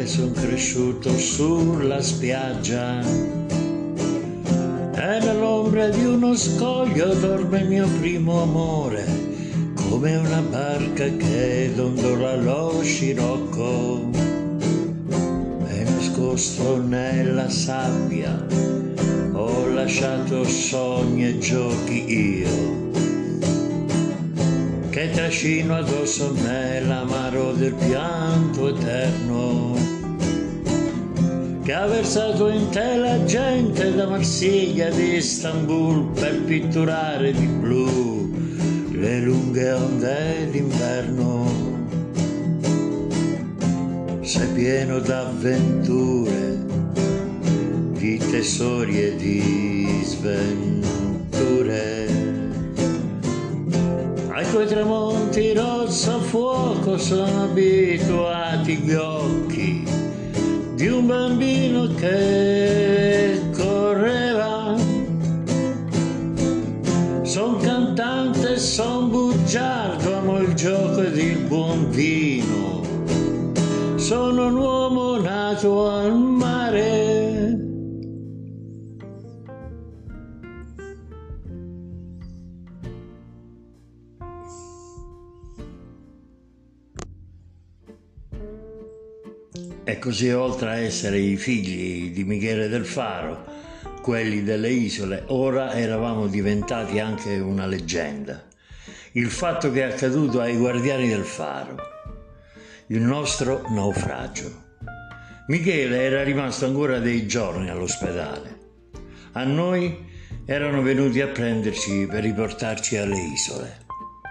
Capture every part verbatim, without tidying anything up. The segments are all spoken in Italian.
son cresciuto sulla spiaggia e nell'ombra di uno scoglio dorme il mio primo amore, come una barca che dondola lo scirocco. E nascosto nella sabbia ho lasciato sogni e giochi io, che trascino addosso me l'amaro del pianto eterno, che ha versato in te la gente da Marsiglia di Istanbul per pitturare di blu le lunghe onde d'inverno. Sei pieno d'avventure, di tesori e di sventure. Ai tuoi tramonti rosso fuoco sono abituati gli occhi di un bambino che correva. Son cantante, son bugiardo, amo il gioco ed il buon vino. Sono un uomo nato al mare. E così, oltre a essere i figli di Michele del Faro, quelli delle isole, ora eravamo diventati anche una leggenda. Il fatto che è accaduto ai guardiani del Faro, il nostro naufragio. Michele era rimasto ancora dei giorni all'ospedale. A noi erano venuti a prenderci per riportarci alle isole.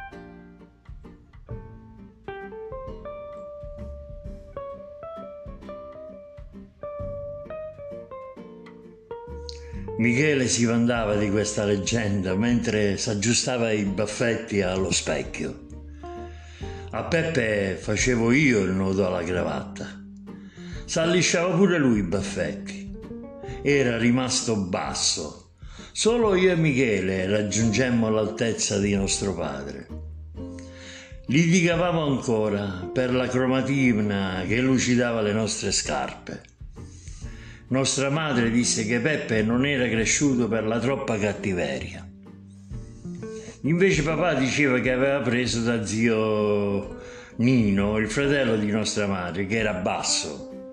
Michele si vantava di questa leggenda mentre s'aggiustava i baffetti allo specchio. A Peppe facevo io il nodo alla cravatta. S'allisciava pure lui i baffetti. Era rimasto basso. Solo io e Michele raggiungemmo l'altezza di nostro padre. Litigavamo ancora per la cromatina che lucidava le nostre scarpe. Nostra madre disse che Peppe non era cresciuto per la troppa cattiveria. Invece papà diceva che aveva preso da zio Nino, il fratello di nostra madre, che era basso.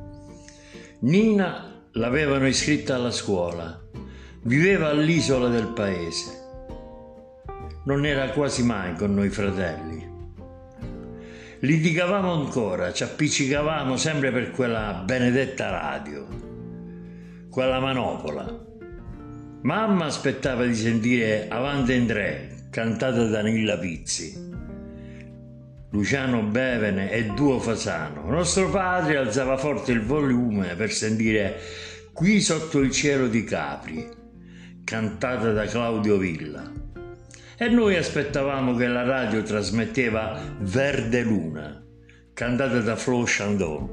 Nina l'avevano iscritta alla scuola, viveva all'isola del paese. Non era quasi mai con noi fratelli. Litigavamo ancora, ci appiccicavamo sempre per quella benedetta radio, quella manopola. Mamma aspettava di sentire Avanti in tre, cantata da Nilla Pizzi, Luciano Bevene e Duo Fasano. Nostro padre alzava forte il volume per sentire Qui sotto il cielo di Capri, cantata da Claudio Villa. E noi aspettavamo che la radio trasmetteva Verde Luna, cantata da Flo Chandon.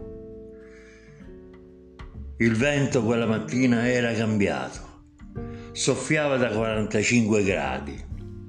Il vento quella mattina era cambiato. Soffiava da quarantacinque gradi.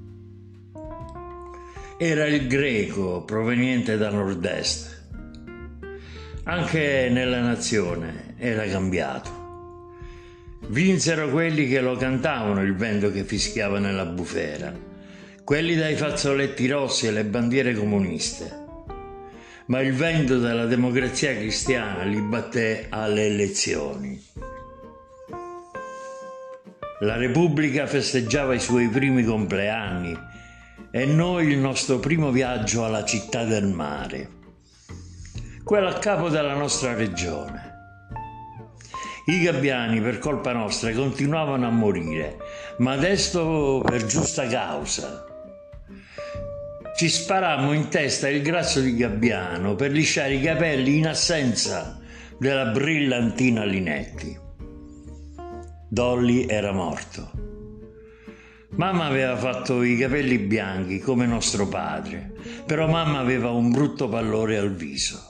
Era il greco proveniente da nord-est. Anche nella nazione era cambiato. Vinsero quelli che lo cantavano il vento che fischiava nella bufera, quelli dai fazzoletti rossi e le bandiere comuniste. Ma il vento della democrazia cristiana li batté alle elezioni. La Repubblica festeggiava i suoi primi compleanni e noi il nostro primo viaggio alla città del mare, quella a capo della nostra regione. I gabbiani, per colpa nostra, continuavano a morire, ma adesso per giusta causa. Ci sparammo in testa il grasso di gabbiano per lisciare i capelli in assenza della brillantina Linetti. Dolly era morto. Mamma aveva fatto i capelli bianchi come nostro padre, però mamma aveva un brutto pallore al viso.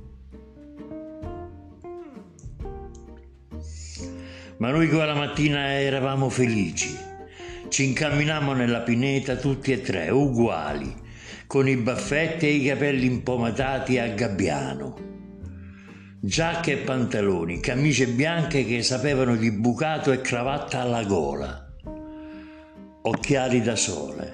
Ma noi quella mattina eravamo felici. Ci incamminammo nella pineta tutti e tre, uguali, con i baffetti e i capelli impomatati a gabbiano. giacche e pantaloni, camicie bianche che sapevano di bucato e cravatta alla gola, occhiali da sole.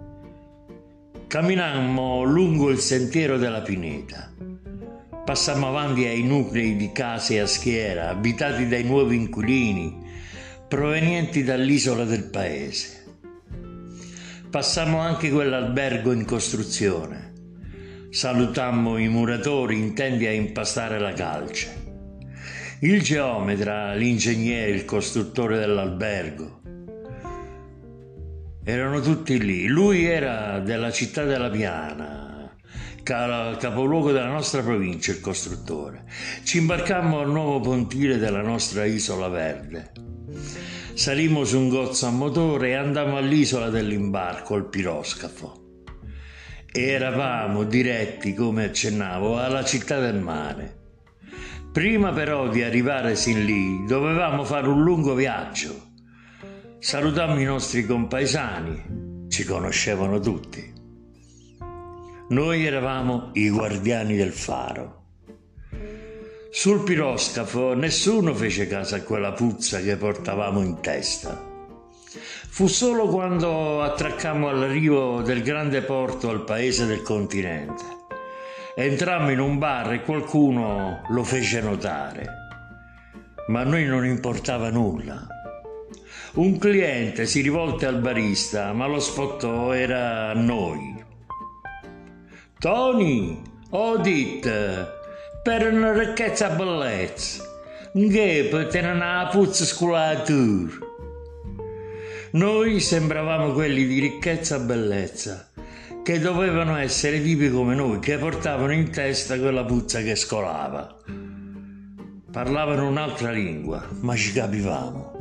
Camminammo lungo il sentiero della pineta. Passammo avanti ai nuclei di case a schiera, abitati dai nuovi inquilini, provenienti dall'isola del paese. Passammo anche quell'albergo in costruzione. Salutammo i muratori intenti a impastare la calce. Il geometra, l'ingegnere, il costruttore dell'albergo. Erano tutti lì. Lui era della città della Piana, capoluogo della nostra provincia, il costruttore. Ci imbarcammo al nuovo pontile della nostra isola verde. Salimmo su un gozzo a motore e andammo all'isola dell'imbarco, al piroscafo. E eravamo diretti, come accennavo, alla città del mare. Prima però di arrivare sin lì, dovevamo fare un lungo viaggio. Salutammo i nostri compaesani, ci conoscevano tutti. Noi eravamo i guardiani del faro. Sul piroscafo nessuno fece caso a quella puzza che portavamo in testa. Fu solo quando attraccammo all'arrivo del grande porto al paese del continente. Entrammo in un bar e qualcuno lo fece notare. Ma a noi non importava nulla. Un cliente si rivolte al barista, ma lo sfottò era a noi. Tony, ho detto, per una ricchezza bellezza, che per tenere una puzza scolatura. Noi sembravamo quelli di ricchezza e bellezza, che dovevano essere tipi come noi, che portavano in testa quella puzza che scolava. Parlavano un'altra lingua, ma ci capivamo.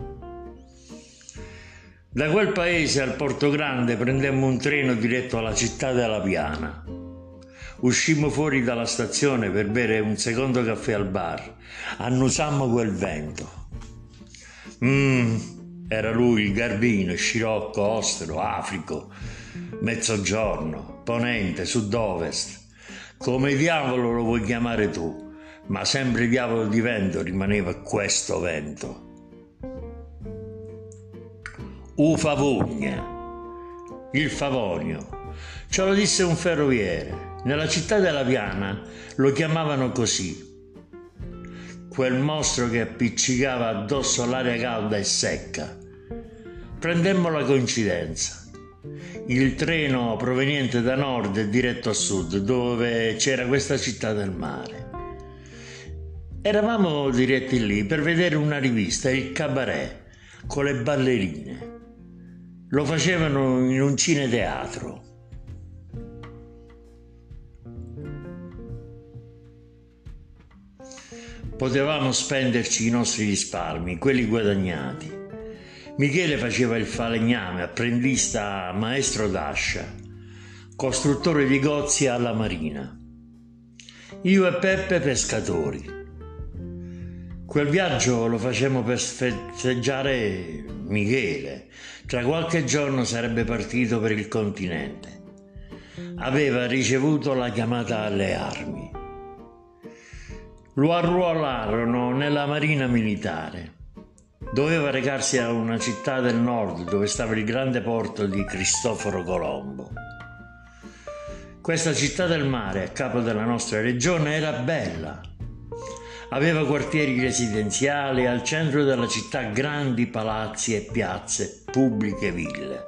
Da quel paese al Porto Grande prendemmo un treno diretto alla città della Piana. Uscimmo fuori dalla stazione per bere un secondo caffè al bar. Annusammo quel vento. Mmm... Era lui il Garbino, Scirocco, Ostro, Africo, Mezzogiorno, Ponente, Sud-Ovest. Come diavolo lo vuoi chiamare tu, ma sempre diavolo di vento rimaneva questo vento. U Favogna, il Favonio, ce lo disse un ferroviere. Nella città della Piana lo chiamavano così. Quel mostro che appiccicava addosso l'aria calda e secca. Prendemmo la coincidenza. Il treno proveniente da nord e diretto a sud, dove c'era questa città del mare. Eravamo diretti lì per vedere una rivista, il Cabaret, con le ballerine. Lo facevano in un cineteatro. Potevamo spenderci i nostri risparmi, quelli guadagnati. Michele faceva il falegname, apprendista maestro d'ascia, costruttore di gozzi alla marina. Io e Peppe pescatori. Quel viaggio lo facemmo per festeggiare Michele. Tra qualche giorno sarebbe partito per il continente. Aveva ricevuto la chiamata alle armi. Lo arruolarono nella marina militare. Doveva recarsi a una città del nord dove stava il grande porto di Cristoforo Colombo. Questa città del mare, a capo della nostra regione, era bella. Aveva quartieri residenziali, al centro della città grandi palazzi e piazze, pubbliche ville.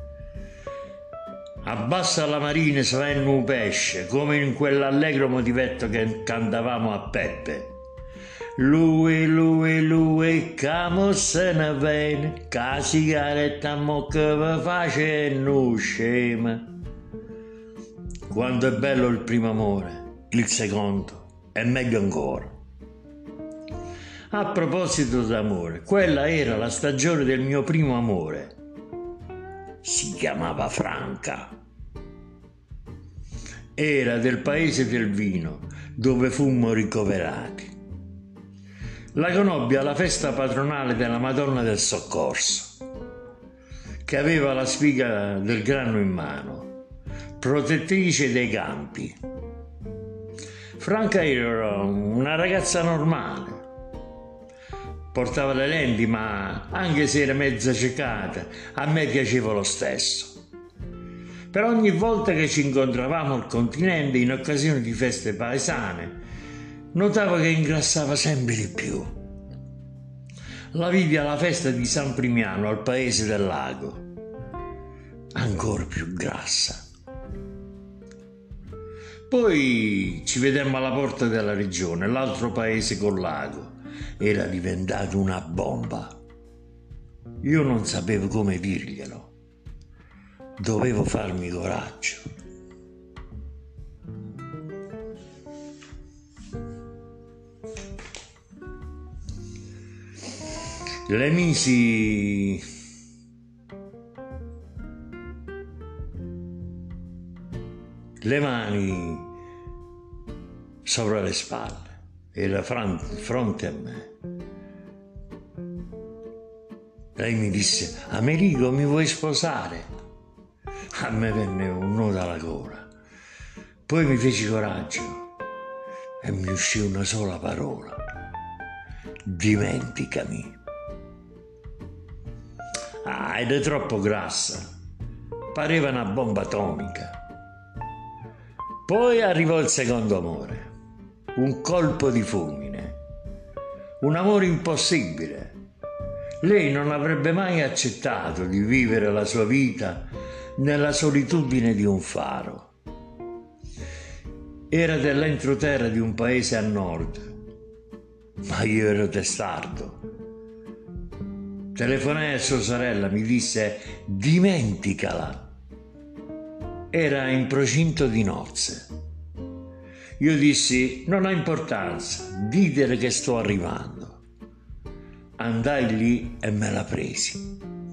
Abbassa alla marina svennu un pesce, come in quell'allegro motivetto che cantavamo a Peppe. Lui, lui, lui, camo se ne viene, ca sigaretta mo che vi face nu scema. Quando è bello il primo amore, il secondo è meglio ancora. A proposito d'amore, quella era la stagione del mio primo amore. Si chiamava Franca. Era del paese del vino, dove fummo ricoverati. La conobbi alla festa patronale della Madonna del Soccorso, che aveva la spiga del grano in mano, protettrice dei campi. Franca era una ragazza normale. Portava le lenti, ma anche se era mezza ciecata, a me piaceva lo stesso. Per ogni volta che ci incontravamo al continente, in occasione di feste paesane, notavo che ingrassava sempre di più. La vidi alla festa di San Primiano, al paese del lago, ancora più grassa. Poi ci vedemmo alla porta della regione, l'altro paese col lago. Era diventato una bomba. Io non sapevo come dirglielo. Dovevo farmi coraggio. Le misi le mani sopra le spalle. Era fronte a me. Lei mi disse: Amerigo, mi vuoi sposare? A me venne un nudo alla gola. Poi mi feci coraggio e mi uscì una sola parola: dimenticami. Ah, ed è troppo grassa. Pareva una bomba atomica. Poi arrivò il secondo amore. Un colpo di fulmine, un amore impossibile. Lei non avrebbe mai accettato di vivere la sua vita nella solitudine di un faro. Era dell'entroterra di un paese a nord, ma io ero testardo. Telefonai a sua sorella, mi disse: dimenticala. Era in procinto di nozze. Io dissi: non ha importanza, ditele che sto arrivando. Andai lì e me la presi.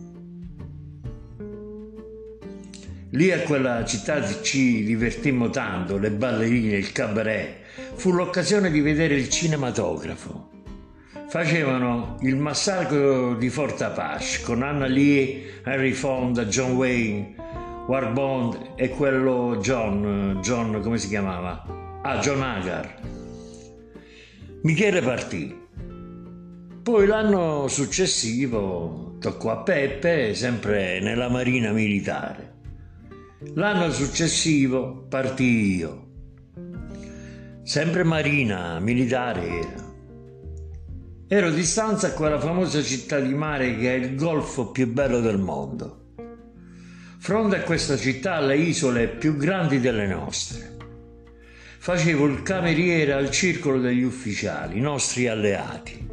Lì a quella città ci divertimmo tanto, le ballerine, il cabaret. Fu l'occasione di vedere il cinematografo. Facevano Il massacro di Fort Apache con Anna Lee, Henry Fonda, John Wayne, War Bond e quello John, John come si chiamava? Ah, John Hagar. Michele partì. Poi l'anno successivo toccò a Peppe, sempre nella Marina Militare. L'anno successivo partì io. Sempre Marina Militare era. Ero di stanza a quella famosa città di mare che è il golfo più bello del mondo. Fronte a questa città le isole più grandi delle nostre. Facevo il cameriere al circolo degli ufficiali, i nostri alleati.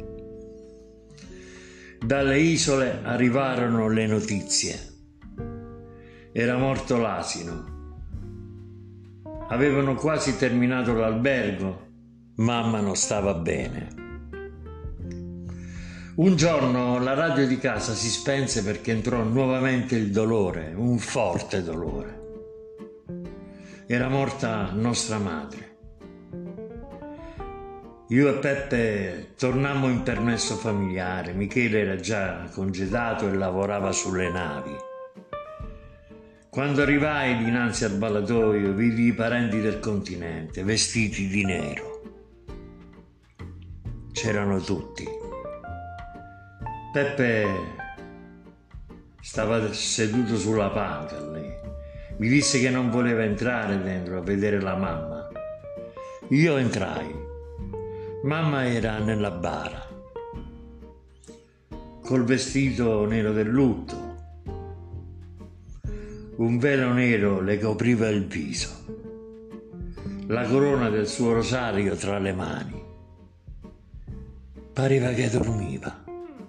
Dalle isole arrivarono le notizie. Era morto l'asino. Avevano quasi terminato l'albergo. Mamma non stava bene. Un giorno la radio di casa si spense perché entrò nuovamente il dolore, un forte dolore. Era morta nostra madre. Io e Peppe tornammo in permesso familiare. Michele era già congedato e lavorava sulle navi. Quando arrivai dinanzi al ballatoio vidi i parenti del continente vestiti di nero. C'erano tutti. Peppe stava seduto sulla panca lì. Mi disse che non voleva entrare dentro a vedere la mamma. Io entrai. Mamma era nella bara, col vestito nero del lutto. Un velo nero le copriva il viso, la corona del suo rosario tra le mani. Pareva che dormiva.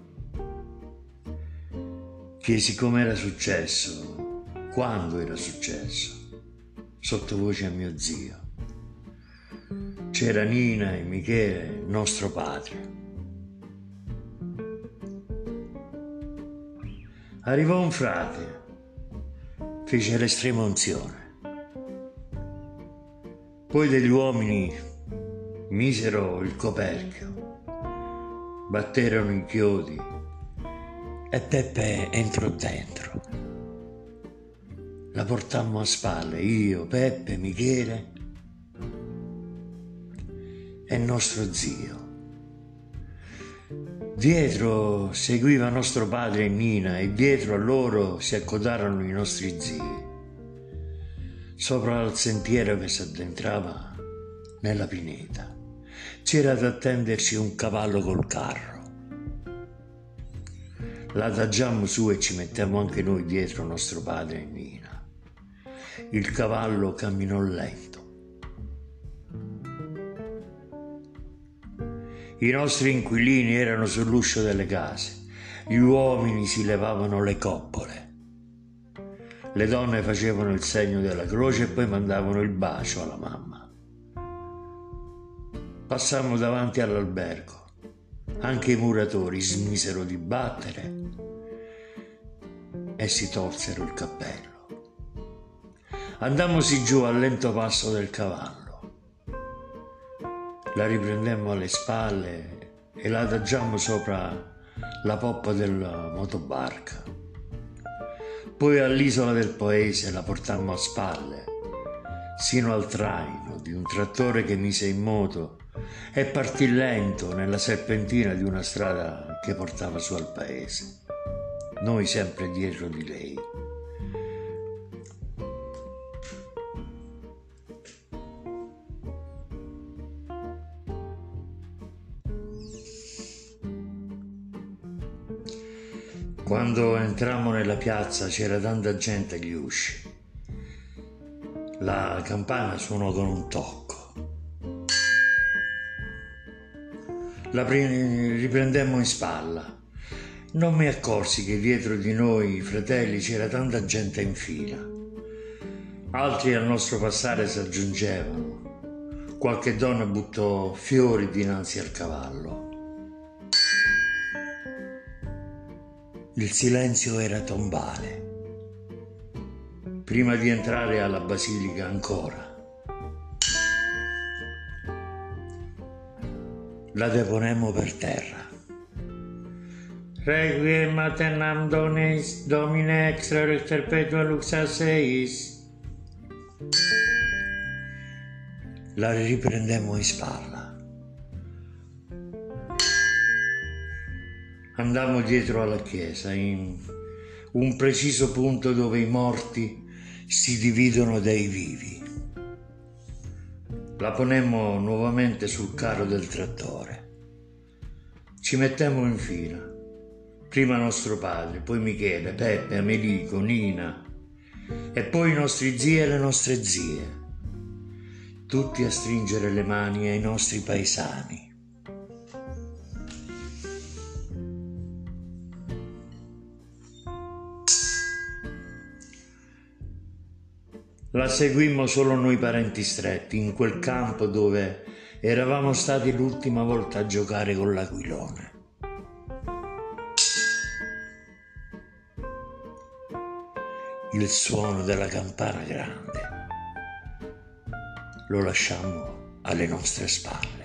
Chiesi com'era successo, quando era successo, sottovoce a mio zio. C'era Nina e Michele, nostro padre. Arrivò un frate, fece l'estrema unzione. Poi degli uomini misero il coperchio, batterono i chiodi e Peppe entrò dentro. La portammo a spalle, io, Peppe, Michele e nostro zio. Dietro seguiva nostro padre e Nina e dietro a loro si accodarono i nostri zii. Sopra il sentiero che si addentrava nella pineta c'era ad attenderci un cavallo col carro. L'adagiammo su e ci mettemmo anche noi dietro nostro padre e Nina. Il cavallo camminò lento. I nostri inquilini erano sull'uscio delle case. Gli uomini si levavano le coppole. Le donne facevano il segno della croce e poi mandavano il bacio alla mamma. Passammo davanti all'albergo. Anche i muratori smisero di battere e si tolsero il cappello. Andammosi giù al lento passo del cavallo. La riprendemmo alle spalle e la adagiammo sopra la poppa della motobarca. Poi all'isola del paese la portammo a spalle, sino al traino di un trattore che mise in moto e partì lento nella serpentina di una strada che portava su al paese. Noi sempre dietro di lei. Quando entrammo nella piazza c'era tanta gente agli usci. La campana suonò con un tocco. La riprendemmo in spalla. Non mi accorsi che dietro di noi, fratelli, c'era tanta gente in fila. Altri al nostro passare si aggiungevano. Qualche donna buttò fiori dinanzi al cavallo. Il silenzio era tombale. Prima di entrare alla basilica ancora. La deponemmo per terra. Requiem aeternam donis Domine extra rex perpetua luxa seis. La riprendemmo in spalla. Andammo dietro alla chiesa, in un preciso punto dove i morti si dividono dai vivi. La ponemmo nuovamente sul carro del trattore. Ci mettemmo in fila. Prima nostro padre, poi Michele, Peppe, Americo, Nina e poi i nostri zii e le nostre zie. Tutti a stringere le mani ai nostri paesani. La seguimmo solo noi parenti stretti, in quel campo dove eravamo stati l'ultima volta a giocare con l'aquilone. Il suono della campana grande lo lasciammo alle nostre spalle.